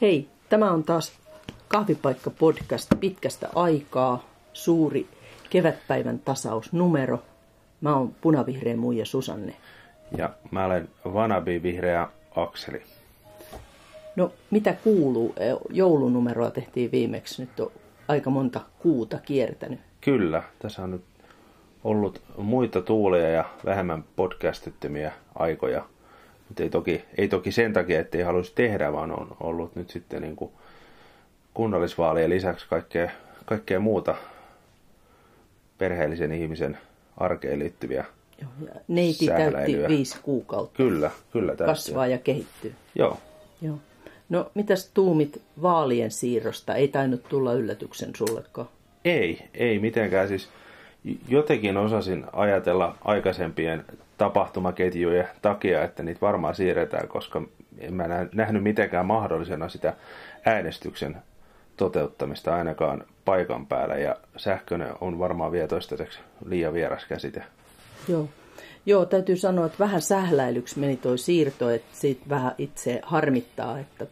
Hei, tämä on taas Kahvipaikka-podcast pitkästä aikaa, suuri kevätpäivän tasausnumero. Mä oon punavihreä muija Susanne. Ja mä olen vanabi-vihreä Akseli. No, mitä kuuluu? Joulunumeroa tehtiin viimeksi, nyt on aika monta kuuta kiertänyt. Kyllä, tässä on nyt ollut muita tuuleja ja vähemmän podcastettomia aikoja. Mutta ei toki sen takia, ettei haluaisi tehdä, vaan on ollut nyt sitten niin kuin kunnallisvaalien lisäksi kaikkea muuta perheellisen ihmisen arkeen liittyviä neiti täytti 5 kuukautta. Kyllä täytti. Kasvaa ja kehittyy. Joo. No, mitäs tuumit vaalien siirrosta? Ei tainnut tulla yllätyksen sullekaan. Ei mitenkään. Siis jotenkin osasin ajatella aikaisempien tapahtumaketjujen takia, että niitä varmaan siirretään, koska en mä nähnyt mitenkään mahdollisena sitä äänestyksen toteuttamista ainakaan paikan päällä. Ja sähköinen on varmaan vielä toistaiseksi liian vieras käsite. Joo, täytyy sanoa, että vähän sähläilyksi meni toi siirto, että siitä vähän itse harmittaa, että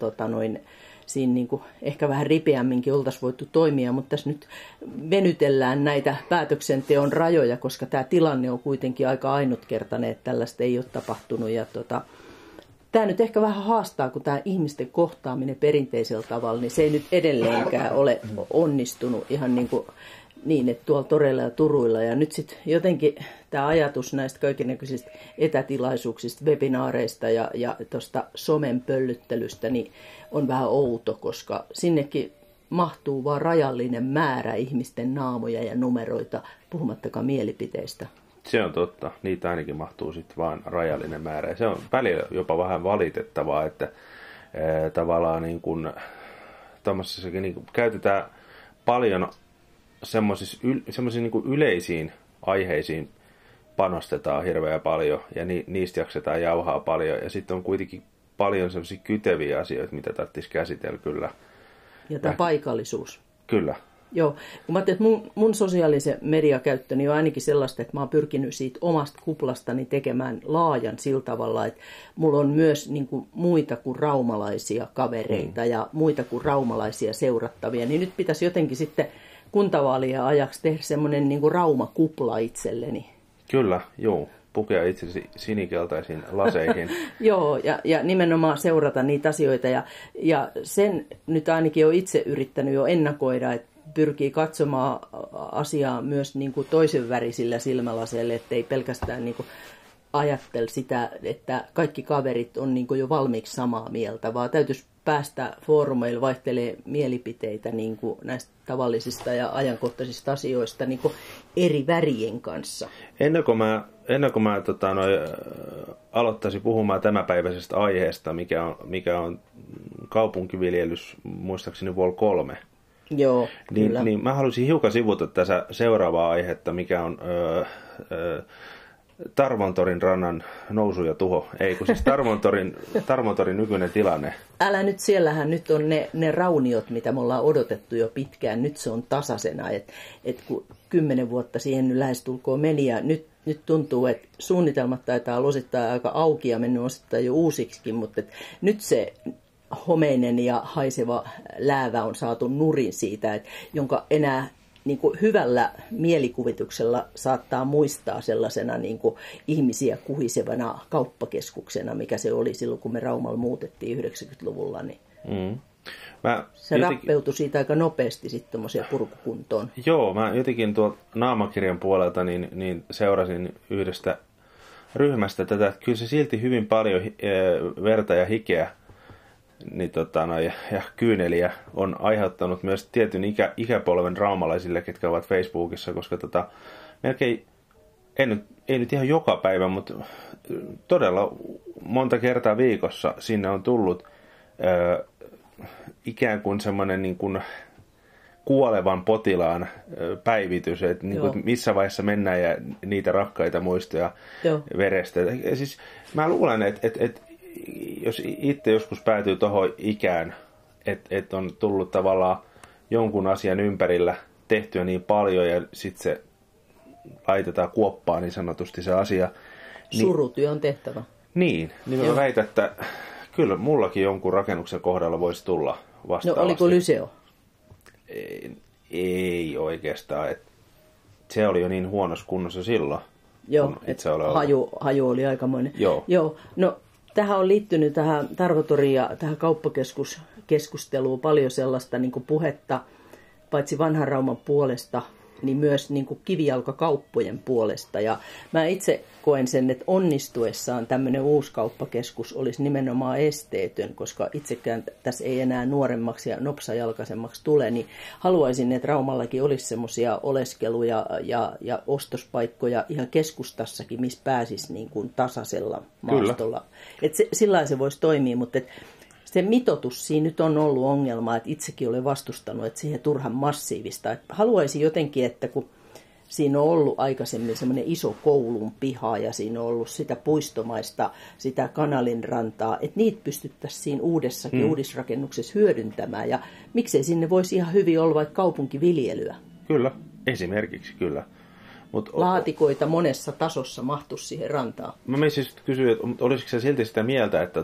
siinä niinku ehkä vähän ripeämminkin oltaisiin voitu toimia, mutta tässä nyt venytellään näitä päätöksenteon rajoja, koska tämä tilanne on kuitenkin aika ainutkertainen, että tällaista ei ole tapahtunut. Ja tämä nyt ehkä vähän haastaa, kun tämä ihmisten kohtaaminen perinteisellä tavalla, niin se ei nyt edelleenkään ole onnistunut ihan niin, että tuolla toreilla ja turuilla. Ja nyt sitten jotenkin tämä ajatus näistä kaikennäköisistä etätilaisuuksista, webinaareista ja tuosta somen pöllyttelystä niin on vähän outo, koska sinnekin mahtuu vaan rajallinen määrä ihmisten naamoja ja numeroita, puhumattakaan mielipiteistä. Se on totta. Niitä ainakin mahtuu sitten vaan rajallinen määrä. Ja se on välillä jopa vähän valitettavaa, että tavallaan niin kuin käytetään paljon semmoisiin niin kuin yleisiin aiheisiin panostetaan hirveän paljon ja niistä jaksetaan jauhaa paljon. Ja sitten on kuitenkin paljon semmoisia kyteviä asioita, mitä tarvitsisi käsitellä kyllä. Ja tämä paikallisuus. Kyllä. Joo, kun mä ajattelin, että mun sosiaalisen mediakäyttöni on ainakin sellaista, että mä oon pyrkinyt siitä omasta kuplastani tekemään laajan sillä tavalla, että mulla on myös niin kuin muita kuin raumalaisia kavereita ja muita kuin raumalaisia seurattavia, niin nyt pitäisi jotenkin sitten kuntavaalien ajaksi tehdä semmoinen niin kuin raumakupla itselleni. Kyllä, joo. Pukea itsesi sinikeltaisiin laseihin. Joo, ja nimenomaan seurata niitä asioita. Ja sen nyt ainakin olen itse yrittänyt jo ennakoida, että pyrkii katsomaan asiaa myös niin kuin toisen värisillä silmälaseilla, ettei pelkästään niin kuin ajattele sitä, että kaikki kaverit on niin kuin jo valmiiksi samaa mieltä, vaan täytyisi päästä foorumeilla vaihtelemaan mielipiteitä niin kuin näistä tavallisista ja ajankohtaisista asioista niin kuin eri värien kanssa. Ennen kuin mä aloittaisin puhumaan tämänpäiväisestä aiheesta, mikä on kaupunkiviljelys, muistaakseni Vol 3. Joo, kyllä. Niin mä haluaisin hiukan sivuta tässä seuraavaa aihetta, mikä on Tarmontorin rannan nousu ja tuho. Ei, kun siis Tarmontorin nykyinen tilanne. Älä nyt, siellähän nyt on ne rauniot, mitä me ollaan odotettu jo pitkään. Nyt se on tasaisena, että kun 10 vuotta siihen lähestulkoon meni ja nyt tuntuu, että suunnitelmat taitaa olla osittain aika auki ja mennyt osittain jo uusiksi, mutta nyt se homeinen ja haiseva läävä on saatu nurin siitä, jonka enää niin kuin hyvällä mielikuvituksella saattaa muistaa sellaisena niin kuin ihmisiä kuhisevana kauppakeskuksena, mikä se oli silloin, kun me Raumalla muutettiin 90-luvulla. Niin se rappeutui siitä aika nopeasti sitten tuommoisia purkukuntoon. Joo, mä jotenkin tuolta naamakirjan puolelta niin seurasin yhdestä ryhmästä tätä. Kyllä se silti hyvin paljon verta ja hikeä ja kyyneliä on aiheuttanut myös tietyn ikäpolven raumalaisille, ketkä ovat Facebookissa, koska melkein, ei nyt ihan joka päivä, mutta todella monta kertaa viikossa sinne on tullut ikään kuin semmoinen niin kuin kuolevan potilaan päivitys, että niin kuin missä vaiheessa mennään ja niitä rakkaita muistoja verestä. Ja siis mä luulen, että jos itse joskus päätyy tuohon ikään, että on tullut tavallaan jonkun asian ympärillä tehtyä niin paljon ja sitten se laitetaan kuoppaan niin sanotusti se asia. Surutyö on tehtävä. Niin mä väitän, että Kyllä, mullakin jonkun rakennuksen kohdalla voisi tulla vastaavasti. No oliko Lyseo? Ei oikeastaan. Se oli jo niin huonossa kunnossa silloin. Joo, haju oli aikamoinen. Joo. No tähän on liittynyt tähän Tarvotoriin ja tähän kauppakeskusteluun paljon sellaista niin kuin puhetta, paitsi vanhan Rauman puolesta, niin myös niin kuin kivijalkakauppojen puolesta. Ja mä itse koen sen, että onnistuessaan tämmöinen uusi kauppakeskus olisi nimenomaan esteetön, koska itsekään tässä ei enää nuoremmaksi ja nopsajalkaisemmaksi tule, niin haluaisin, että Raumallakin olisi semmoisia oleskeluja ja ostospaikkoja ihan keskustassakin, missä pääsisi niin kuin tasaisella maastolla. Että sillä se voisi toimia, mutta se mitoitus siinä nyt on ollut ongelma, että itsekin olen vastustanut, että siihen turhan massiivista. Että haluaisin jotenkin, että kun siinä on ollut aikaisemmin semmoinen iso koulun piha ja siinä on ollut sitä puistomaista, sitä kanalinrantaa, että niitä pystyttäisiin siinä uudisrakennuksessa hyödyntämään. Ja miksei sinne voisi ihan hyvin olla vaikka kaupunkiviljelyä. Kyllä, esimerkiksi kyllä. Laatikoita monessa tasossa mahtuisi siihen rantaan. Mä menisin kysyä, että olisiko se silti sitä mieltä, että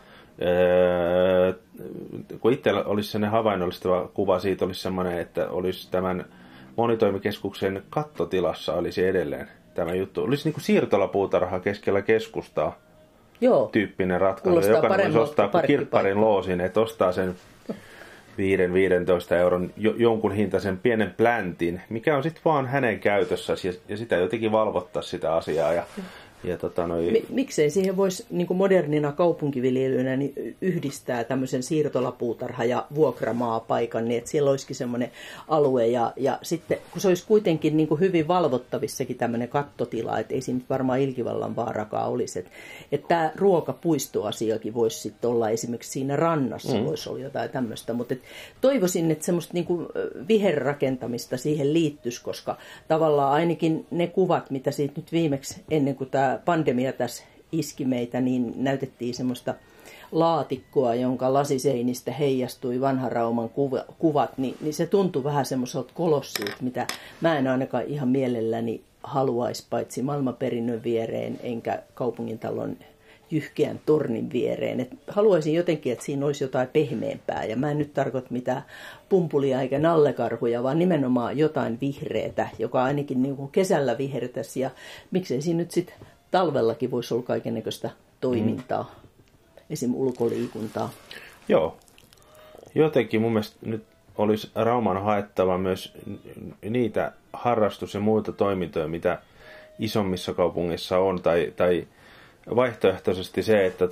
kun itsellä olisi sellainen havainnollistava kuva siitä, olisi sellainen, että olisi tämän monitoimikeskuksen kattotilassa olisi edelleen tämä juttu. Olisi niin kuin siirtolapuutarha keskellä keskustaa. Joo. Tyyppinen ratkaisu. Jokainen voisi ostaa kirpparin loosin, että ostaa sen 5-15 euron jonkun hintaisen pienen pläntin, mikä on sitten vaan hänen käytössä ja sitä jotenkin valvottaa sitä asiaa. Miksei siihen voisi niin kuin modernina kaupunkiviljelynä niin yhdistää tämmöisen siirtolapuutarha- ja vuokramaapaikan, niin että siellä olisikin semmoinen alue. Ja sitten, kun se olisi kuitenkin niin kuin hyvin valvottavissakin tämmöinen kattotila, että ei siinä nyt varmaan ilkivallan vaarakaan olisi. Että tämä ruokapuistoasiakin voisi sitten olla esimerkiksi siinä rannassa, voisi olla jotain tämmöistä. Mutta toivoisin, että semmoista niin kuin viherrakentamista siihen liittyisi, koska tavallaan ainakin ne kuvat, mitä siitä nyt viimeksi ennen kuin tämä pandemia tässä iski meitä, niin näytettiin semmoista laatikkoa, jonka lasiseinistä heijastui vanhan Rauman kuvat, niin se tuntui vähän semmoiselta kolossilta, mitä mä en ainakaan ihan mielelläni haluaisi, paitsi maailmanperinnön viereen, enkä kaupungintalon jyhkeän tornin viereen. Et haluaisin jotenkin, että siinä olisi jotain pehmeämpää, ja mä en nyt tarkoita mitään pumpulia eikä nallekarhuja, vaan nimenomaan jotain vihreätä, joka ainakin niin kuin kesällä vihertäisi, ja miksei siinä nyt sitten talvellakin voisi olla kaikennäköistä toimintaa, esim. Ulkoliikuntaa. Joo. Jotenkin mun mielestä nyt olisi Rauman haettava myös niitä harrastus- ja muita toimintoja, mitä isommissa kaupungeissa on, tai vaihtoehtoisesti se, että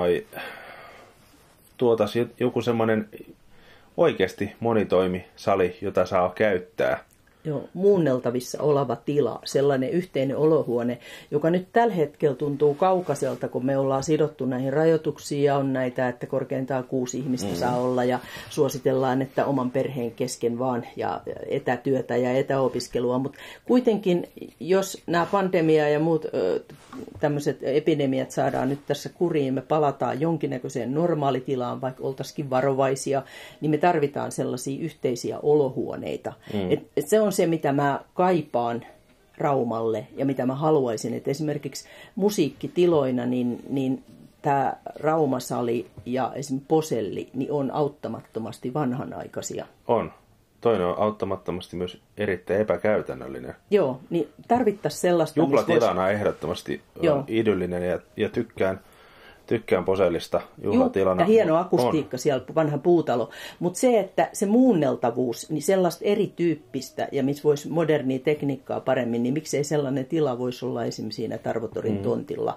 tuotaisiin joku semmoinen oikeasti monitoimisali, jota saa käyttää. Joo, muunneltavissa oleva tila, sellainen yhteinen olohuone, joka nyt tällä hetkellä tuntuu kaukaiselta, kun me ollaan sidottu näihin rajoituksiin ja on näitä, että korkeintaan 6 ihmistä saa olla ja suositellaan, että oman perheen kesken vaan ja etätyötä ja etäopiskelua, mutta kuitenkin jos nämä pandemia ja muut tämmöiset epidemiat saadaan nyt tässä kuriin, me palataan jonkinnäköiseen normaalitilaan, vaikka oltaisikin varovaisia, niin me tarvitaan sellaisia yhteisiä olohuoneita. Et se on se, mitä mä kaipaan Raumalle ja mitä mä haluaisin, että esimerkiksi musiikkitiloina, niin tämä Raumasali ja esimerkiksi Poselli niin on auttamattomasti vanhanaikaisia. On. Toinen on auttamattomasti myös erittäin epäkäytännöllinen. Joo, niin tarvittaisiin sellaista... Juhlatilana ehdottomasti on idyllinen ja tykkään Posellista juhlatilana. Ja hieno akustiikka siellä, vanha puutalo. Mutta se, että se muunneltavuus, niin sellaista erityyppistä ja missä voisi modernia tekniikkaa paremmin, niin miksei sellainen tila voisi olla esimerkiksi siinä Tarvotorin tontilla.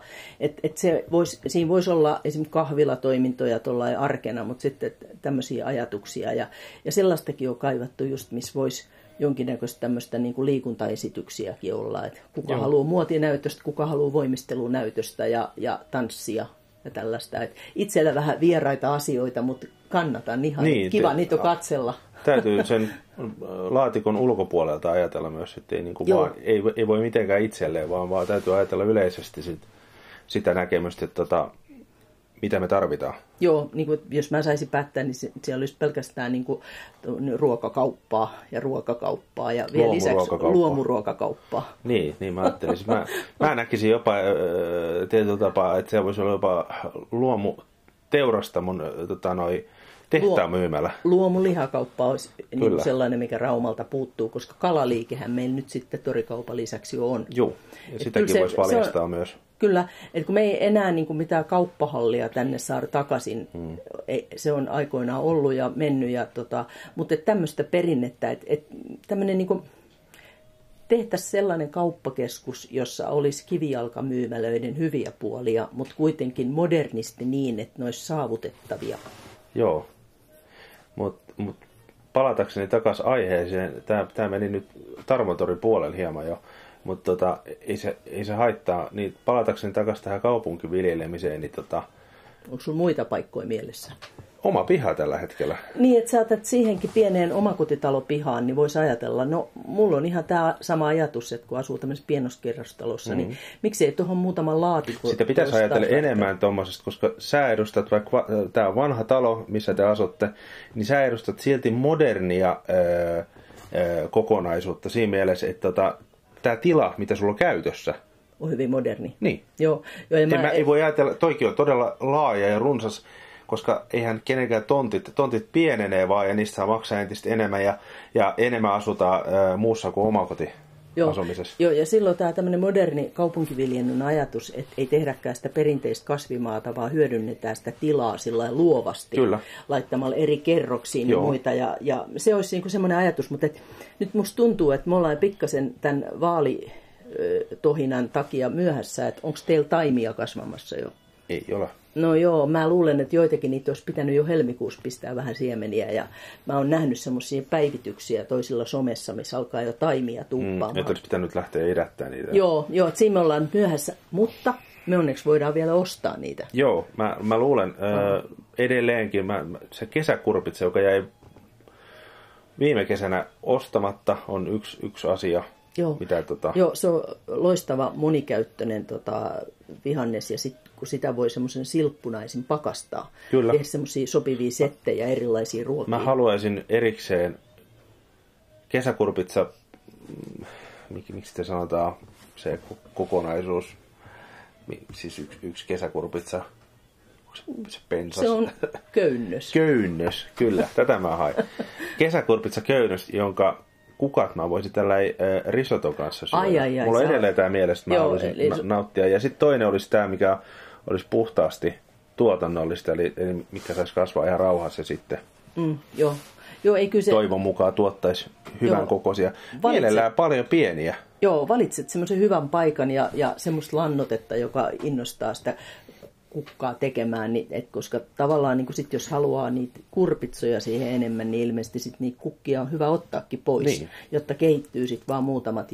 Siinä voisi olla esimerkiksi kahvilatoimintoja tuollain arkena, mutta sitten tämmöisiä ajatuksia. Ja sellaistakin on kaivattu just, missä voisi jonkinnäköistä tämmöistä niin kuin liikuntaesityksiäkin olla. Että kuka haluaa muotinäytöstä, kuka haluaa voimistelunäytöstä ja tanssia. Ja tällaista. Et itsellä vähän vieraita asioita, mutta kannatan ihan kiva niitä katsella. Täytyy sen laatikon ulkopuolelta ajatella myös, että ei voi mitenkään itselleen, vaan täytyy ajatella yleisesti sitä näkemystä, että mitä me tarvitaan. Joo, niin kuin, jos mä saisin päättää, niin siellä olisi pelkästään niin kuin, ruokakauppaa ja vielä lisäksi luomuruokakauppaa. Niin mä ajattelisin. Mä näkisin jopa tietyllä tapaa, että se voisi olla jopa teurastamon tehtaan myymälä. Luomulihakauppa olisi niin sellainen, mikä Raumalta puuttuu, koska kalaliikehän meillä nyt sitten torikaupan lisäksi on. Joo, ja sitäkin voisi valjastaa myös. Kyllä, että kun me ei enää niin kuin mitään kauppahallia tänne saada takaisin, se on aikoinaan ollut ja mennyt, mutta tämmöistä perinnettä, että tämmöinen niin kuin tehtäisiin sellainen kauppakeskus, jossa olisi kivijalkamyymälöiden hyviä puolia, mutta kuitenkin modernisti niin, että ne olisi saavutettavia. Joo, mutta palatakseni takaisin aiheeseen, tämä meni nyt Tarmotorin puolelle hieman jo, mutta ei se haittaa, niin palatakseni takaisin tähän kaupunkiviljelemiseen, niin onko sinulla muita paikkoja mielessä? Oma piha tällä hetkellä. Niin, että saatat siihenkin pieneen omakotitalopihaan, niin voisi ajatella, no mulla on ihan tämä sama ajatus, että kun asuu tämmöisessä pienoiskerrostalossa, niin miksei tuohon muutaman laatikon. Sitä pitäisi ajatella enemmän tuommoisesta, koska sä edustat, vaikka tämä vanha talo, missä te asutte, niin sä edustat silti modernia kokonaisuutta siinä mielessä, että tämä tila, mitä sulla on käytössä, on hyvin moderni. Niin. Joo, mä ei voi ajatella, toikin on todella laaja ja runsas, koska eihän kenenkään tontit pienenee vaan ja niistä saa maksaa entistä enemmän ja enemmän asutaan muussa kuin omakotiasumisessa. Joo, ja silloin tämä tämmöinen moderni kaupunkiviljelyn ajatus, että ei tehdäkään sitä perinteistä kasvimaata, vaan hyödynnetään sitä tilaa sillä luovasti. Kyllä. Laittamalla eri kerroksiin ja muita. Ja se olisi niinku semmoinen ajatus, mutta nyt musta tuntuu, että me ollaan pikkasen tämän vaalitohinan takia myöhässä, että onko teillä taimia kasvamassa jo? Ei ole. No joo, mä luulen, että joitakin niitä olisi pitänyt jo helmikuussa pistää vähän siemeniä ja mä oon nähnyt semmoisia päivityksiä toisilla somessa, missä alkaa jo taimia tuuppaamaan. Että olisi pitänyt lähteä idättämään niitä. Joo, että siinä me ollaan nyt myöhässä, mutta me onneksi voidaan vielä ostaa niitä. Joo, mä luulen edelleenkin, se kesäkurpitse, joka jäi viime kesänä ostamatta, on yksi asia. Joo, mitä, Joo, se on loistava monikäyttöinen vihannes ja sitten kun sitä voi semmoisen silppunaisin pakastaa. Kyllä. Tehdä semmoisia sopivia settejä, erilaisia ruokia. Mä haluaisin erikseen kesäkurpitsa, miksi te sanotaan se kokonaisuus, siis yksi kesäkurpitsa, se pensas? Se on köynnös. Köynnös, kyllä, tätä mä hain. Kesäkurpitsa köynnös, jonka kukat mä voisin tällä risoton kanssa syödä. Mulla on edelleen tämä mielessä, että mä haluaisin nauttia. Ja sitten toinen olisi tämä, mikä olisi puhtaasti tuotannollista, eli mikä saisi kasvaa ihan rauhassa sitten. Joo, ei kyse. Toivon mukaan tuottaisi hyvän kokoisia. Mielellään paljon pieniä. Joo, valitset semmoisen hyvän paikan ja semmoista lannotetta, joka innostaa sitä kukkaa tekemään, koska tavallaan niin sit, jos haluaa niitä kurpitsoja siihen enemmän, niin ilmeisesti sit niitä kukkia on hyvä ottaakin pois, jotta kehittyy sitten vaan muutamat.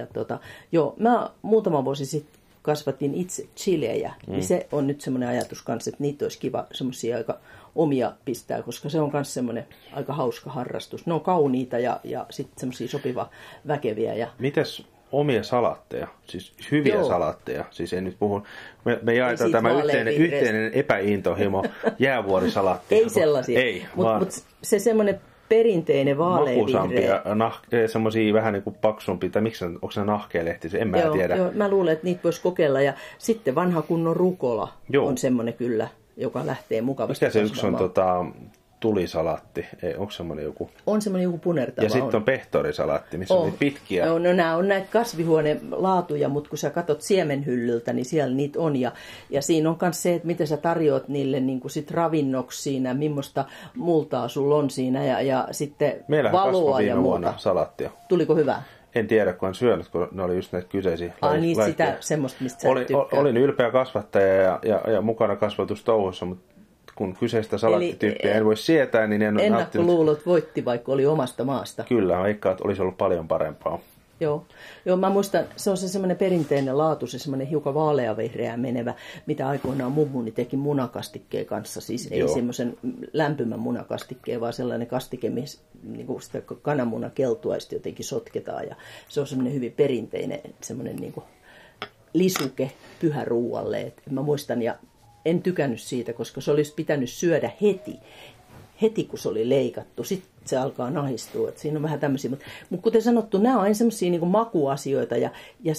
Mä muutama vuosi sitten kasvatin itse chilejä, niin se on nyt semmoinen ajatus kanssa, että niitä olisi kiva semmoisia aika omia pistää, koska se on myös semmoinen aika hauska harrastus. Ne on kauniita ja sitten semmoisia sopiva väkeviä. Mites omia salatteja, siis hyviä salatteja, siis en nyt puhu, me jaetaan tämä yhteinen epäintohimo jäävuorisalattia. Ei sellaisia, mutta se semmoinen perinteinen vaaleavihreä. Makuisampia, semmoisia vähän niin kuin paksumpia, tai onko se nahkealehtisiä, en mä tiedä. Joo, mä luulen, että niitä voisi kokeilla, ja sitten vanha kunnon rukola on semmoinen kyllä, joka lähtee mukavasti kasvamaan. Mikä se yksi on tulisalaatti? Onko semmoinen joku? On semmoinen joku punertava. Ja sitten on pehtorisalaatti, missä on niitä pitkiä. No nämä on näitä kasvihuonelaatuja, mutta kun sä katot siemenhyllyltä, niin siellä niitä on. Ja siinä on myös se, että miten sä tarjoat niille niin kuin sit ravinnoksi siinä, millaista multaa sulla on siinä ja sitten meillähän valoa ja muuta. Vuonna salattia. Tuliko hyvää? En tiedä, kun en syönyt, kun ne oli just näitä kyseisiä niin sitä semmoista, mistä sä tykkää. Olin ylpeä kasvattaja ja mukana kasvatustouhussa, mutta kun kyseistä salattityyppiä en voi sietää, niin en ole nauttinut. Ennakkoluulot voitti, vaikka oli omasta maasta. Kyllä, vaikka olisi ollut paljon parempaa. Joo, mä muistan, se on se semmoinen perinteinen laatu, se semmoinen hiukan vaaleavihreä menevä, mitä aikoinaan mummuni teki munakastikkeen kanssa. Siis ei semmoisen lämpimän munakastikkeen, vaan sellainen kastike, missä niin sitä kananmunakeltua jotenkin sotketaan. Ja se on semmoinen hyvin perinteinen semmoinen niin kuin lisuke pyhäruualle. Et mä muistan, ja en tykännyt siitä, koska se olisi pitänyt syödä heti kun se oli leikattu. Sitten se alkaa nahistua. Siinä on vähän tämmöisiä. Mutta kuten sanottu, nämä on aina semmoisia niin kuin makuasioita ja se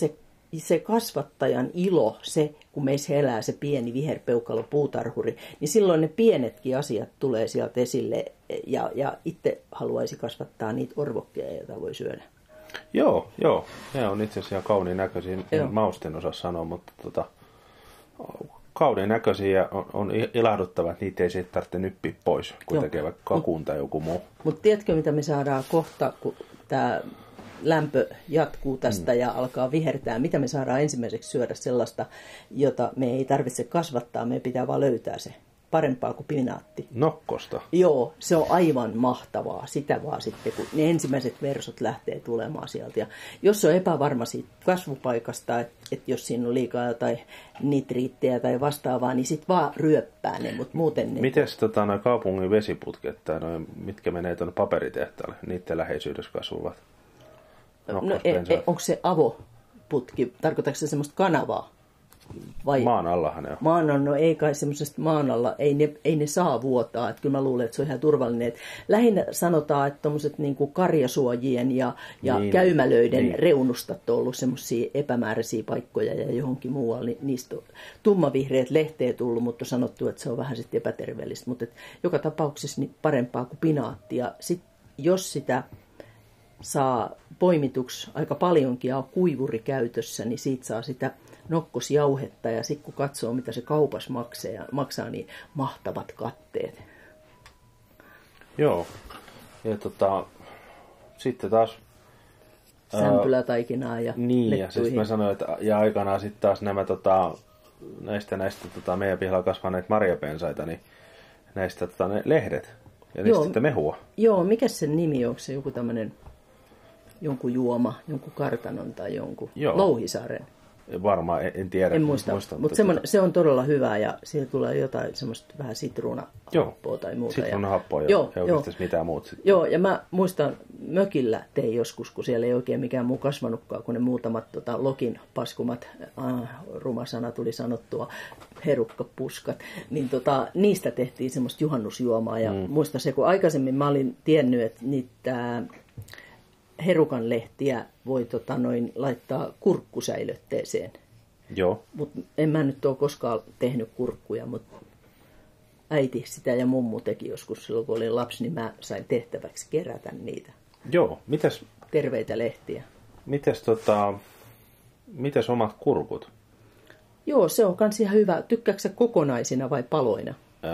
se kasvattajan ilo, se kun meissä elää se pieni viherpeukalo puutarhuri, niin silloin ne pienetkin asiat tulee sieltä esille ja itse haluaisi kasvattaa niitä orvokkeja, joita voi syödä. Joo. Ne on itse asiassa ihan kauniin näköisiä. En mausten osaa sanoa, mutta kauniin näköisiä ja on ilahduttava, että niitä ei siitä tarvitse nyppiä pois, kun tekevät kakun tai joku muu. Mutta tiedätkö, mitä me saadaan kohta, kun tämä lämpö jatkuu tästä ja alkaa vihertää? Mitä me saadaan ensimmäiseksi syödä sellaista, jota me ei tarvitse kasvattaa, me pitää vaan löytää se. Parempaa kuin pinaatti. Nokkosta. Joo, se on aivan mahtavaa. Sitä vaan sitten, kun ne ensimmäiset versot lähtee tulemaan sieltä. Ja jos on epävarma siitä kasvupaikasta, että jos siinä on liikaa jotain nitriittejä tai vastaavaa, niin sitten vaan ryöppää ne, mutta muuten ne... Mites nuo kaupungin vesiputket tai mitkä menee tuonne paperitehtaalle, niiden läheisyydessä kasvavat? Onko se avoputki, tarkoitatko se semmoista kanavaa? Vai maan allahan ne on. Maan alla, no ei kai semmoisesta maan alla, ei ne saa vuotaa. Että kyllä mä luulen, että se on ihan turvallinen. Että lähinnä sanotaan, että tommoset niinku karjasuojien ja käymälöiden reunustat on ollut semmoisia epämääräisiä paikkoja ja johonkin muualle. Niin niistä on tummavihreät lehteä tullut, mutta on sanottu, että se on vähän sitten epäterveellistä. Mutta joka tapauksessa niin parempaa kuin pinaatti. Ja sit, jos sitä saa poimituksi aika paljonkin ja on kuivuri käytössä, niin siitä saa sitä nokkosjauhetta ja sitten kun katsoo, mitä se kaupassa maksaa, niin mahtavat katteet. Joo. Ja sitten taas... sämpylätaikinaa ja niin, lettuihin. Ja siis mä sanoin, että ja aikanaan sitten taas nämä näistä meidän pihalla kasvaneet marjapensaita, niin näistä ne lehdet ja niistä sitten mehua. Joo, mikä sen nimi on? Onko se joku tämmöinen jonkun juoma, jonkun kartanon tai jonkun Louhisaaren? Varmaan, en tiedä. En muista mutta se on todella hyvä ja siihen tulee jotain semmoista vähän sitruunahappoa tai muuta. Sitruunahappoa ja ei oikeastaan mitään muuta. Joo, ja mä muistan mökillä tein joskus, kun siellä ei oikein mikään muu kasvanutkaan, kun ne muutamat lokin paskumat, ruma sana tuli sanottua, herukkapuskat, niin niistä tehtiin semmoista juhannusjuomaa. Ja muistan se, kun aikaisemmin mä olin tiennyt, että niitä... herukan lehtiä voi laittaa kurkkusäilötteeseen. Joo. Mutta en mä nyt ole koskaan tehnyt kurkkuja, mutta äiti sitä ja mummu teki joskus silloin, kun olin lapsi, niin mä sain tehtäväksi kerätä niitä. Joo, mitäs... terveitä lehtiä. Mitäs omat kurkut? Joo, se on kans ihan hyvä. Tykkääksä sä kokonaisina vai paloina?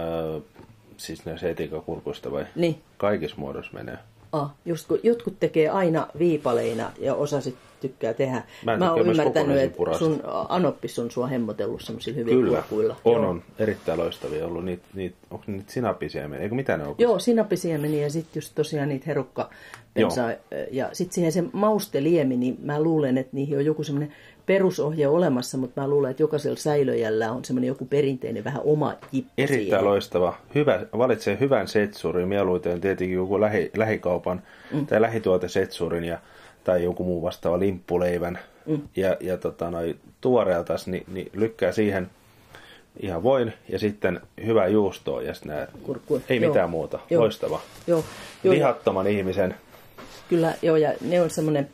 Siis näissä etikakurkuista vai? Niin. Kaikissa muodossa menee. Just kun jotkut tekee aina viipaleina ja osa sit tykkää tehdä. Mä oon ymmärtänyt, että sun anoppis on sua hemmotellut semmoisilla hyvillä kurkuilla. Kyllä, on erittäin loistavia ollut. Onko niitä sinapisiemeniä? Eikö mitä ne on? Joo, sinapisiemeniä ja sitten just tosiaan niitä herukkapensaa. Ja sitten siihen se mausteliemi, niin mä luulen, että niihin on joku semmoinen perusohje olemassa, mutta mä luulen, että jokaisella säilöjällä on semmoinen joku perinteinen vähän oma jippu. Erittäin loistava. Valitsee hyvän setsurin, mieluiten tietenkin joku lähikaupan tai lähituotesetsurin tai joku muu vastaava limppuleivän. Ja tuoreelta niin lykkää siihen ihan voin ja sitten hyvää juustoa ja sitten ei mitään muuta. Loistava. Lihattoman ihmisen. Kyllä, joo, ja ne on semmoinen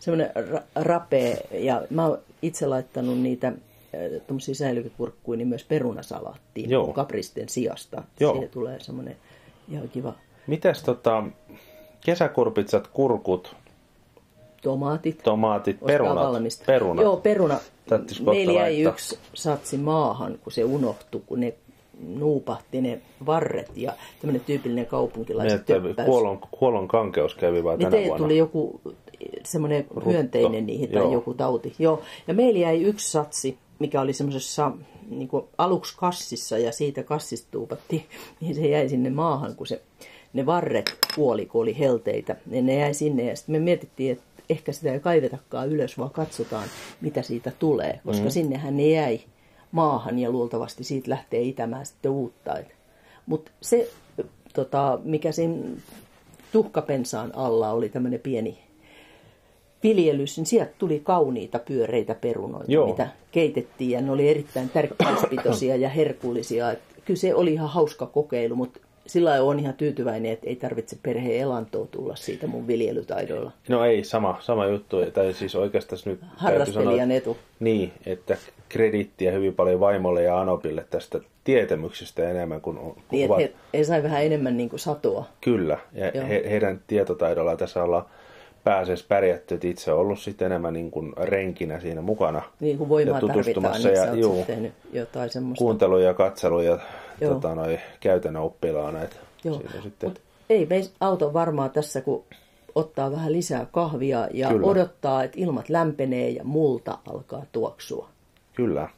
rapea, ja mä oon itse laittanut niitä tuommoisia säilykekurkkuja niin myös perunasalaattiin kapristen sijasta. Siihen tulee semmoinen ihan kiva. Mitäs kesäkurpitsat, kurkut, tomaatit, perunat? Joo, peruna. Meillä jäi yksi satsi maahan, kun se unohtui, kun ne nuupahti ne varret ja tämmöinen tyypillinen kaupunkilaiset töppäys. Kuolon kankeus kävi vaan tänä vuonna. Tuli joku semmoinen hyönteinen niihin tai joku tauti. Joo. Ja meillä jäi yksi satsi, mikä oli semmoisessa niin kuin aluksi kassissa ja siitä kassista tuupattiin, niin se jäi sinne maahan, kun ne varret kuoli, kun oli helteitä. Ne jäi sinne ja sitten me mietittiin, että ehkä sitä ei kaivetakaan ylös, vaan katsotaan, mitä siitä tulee, koska sinnehän ne jäi maahan ja luultavasti siitä lähtee itämään sitten uutta. Mutta se, mikä siinä tuhkapensaan alla oli tämmöinen pieni viljelys, niin sieltä tuli kauniita pyöreitä perunoita, mitä keitettiin ja ne oli erittäin tärkeyspitoisia ja herkullisia. Kyllä se oli ihan hauska kokeilu, mutta sillä lailla olen ihan tyytyväinen, että ei tarvitse perheen elantoa tulla siitä mun viljelytaidoilla. No ei, sama juttu. Tai siis oikeastaan nyt harrastelijan etu. Niin, että krediittiä hyvin paljon vaimolle ja Anopille tästä tietämyksestä enemmän kuin niin, että he sai vähän enemmän niin kuin satoa. Kyllä, ja heidän tietotaidolla tässä ollaan pääsee pärjätty, että itse on ollut sitten enemmän niin kuin renkinä siinä mukana. Niin kuin voimaa tarvitaan, niin sä oot tehnyt jotain semmoista. Kuuntelu ja katselu ja käytännön oppilaana. Mutta ei me auta varmaan tässä, kun ottaa vähän lisää kahvia ja odottaa, että ilmat lämpenee ja multa alkaa tuoksua. Kyllä.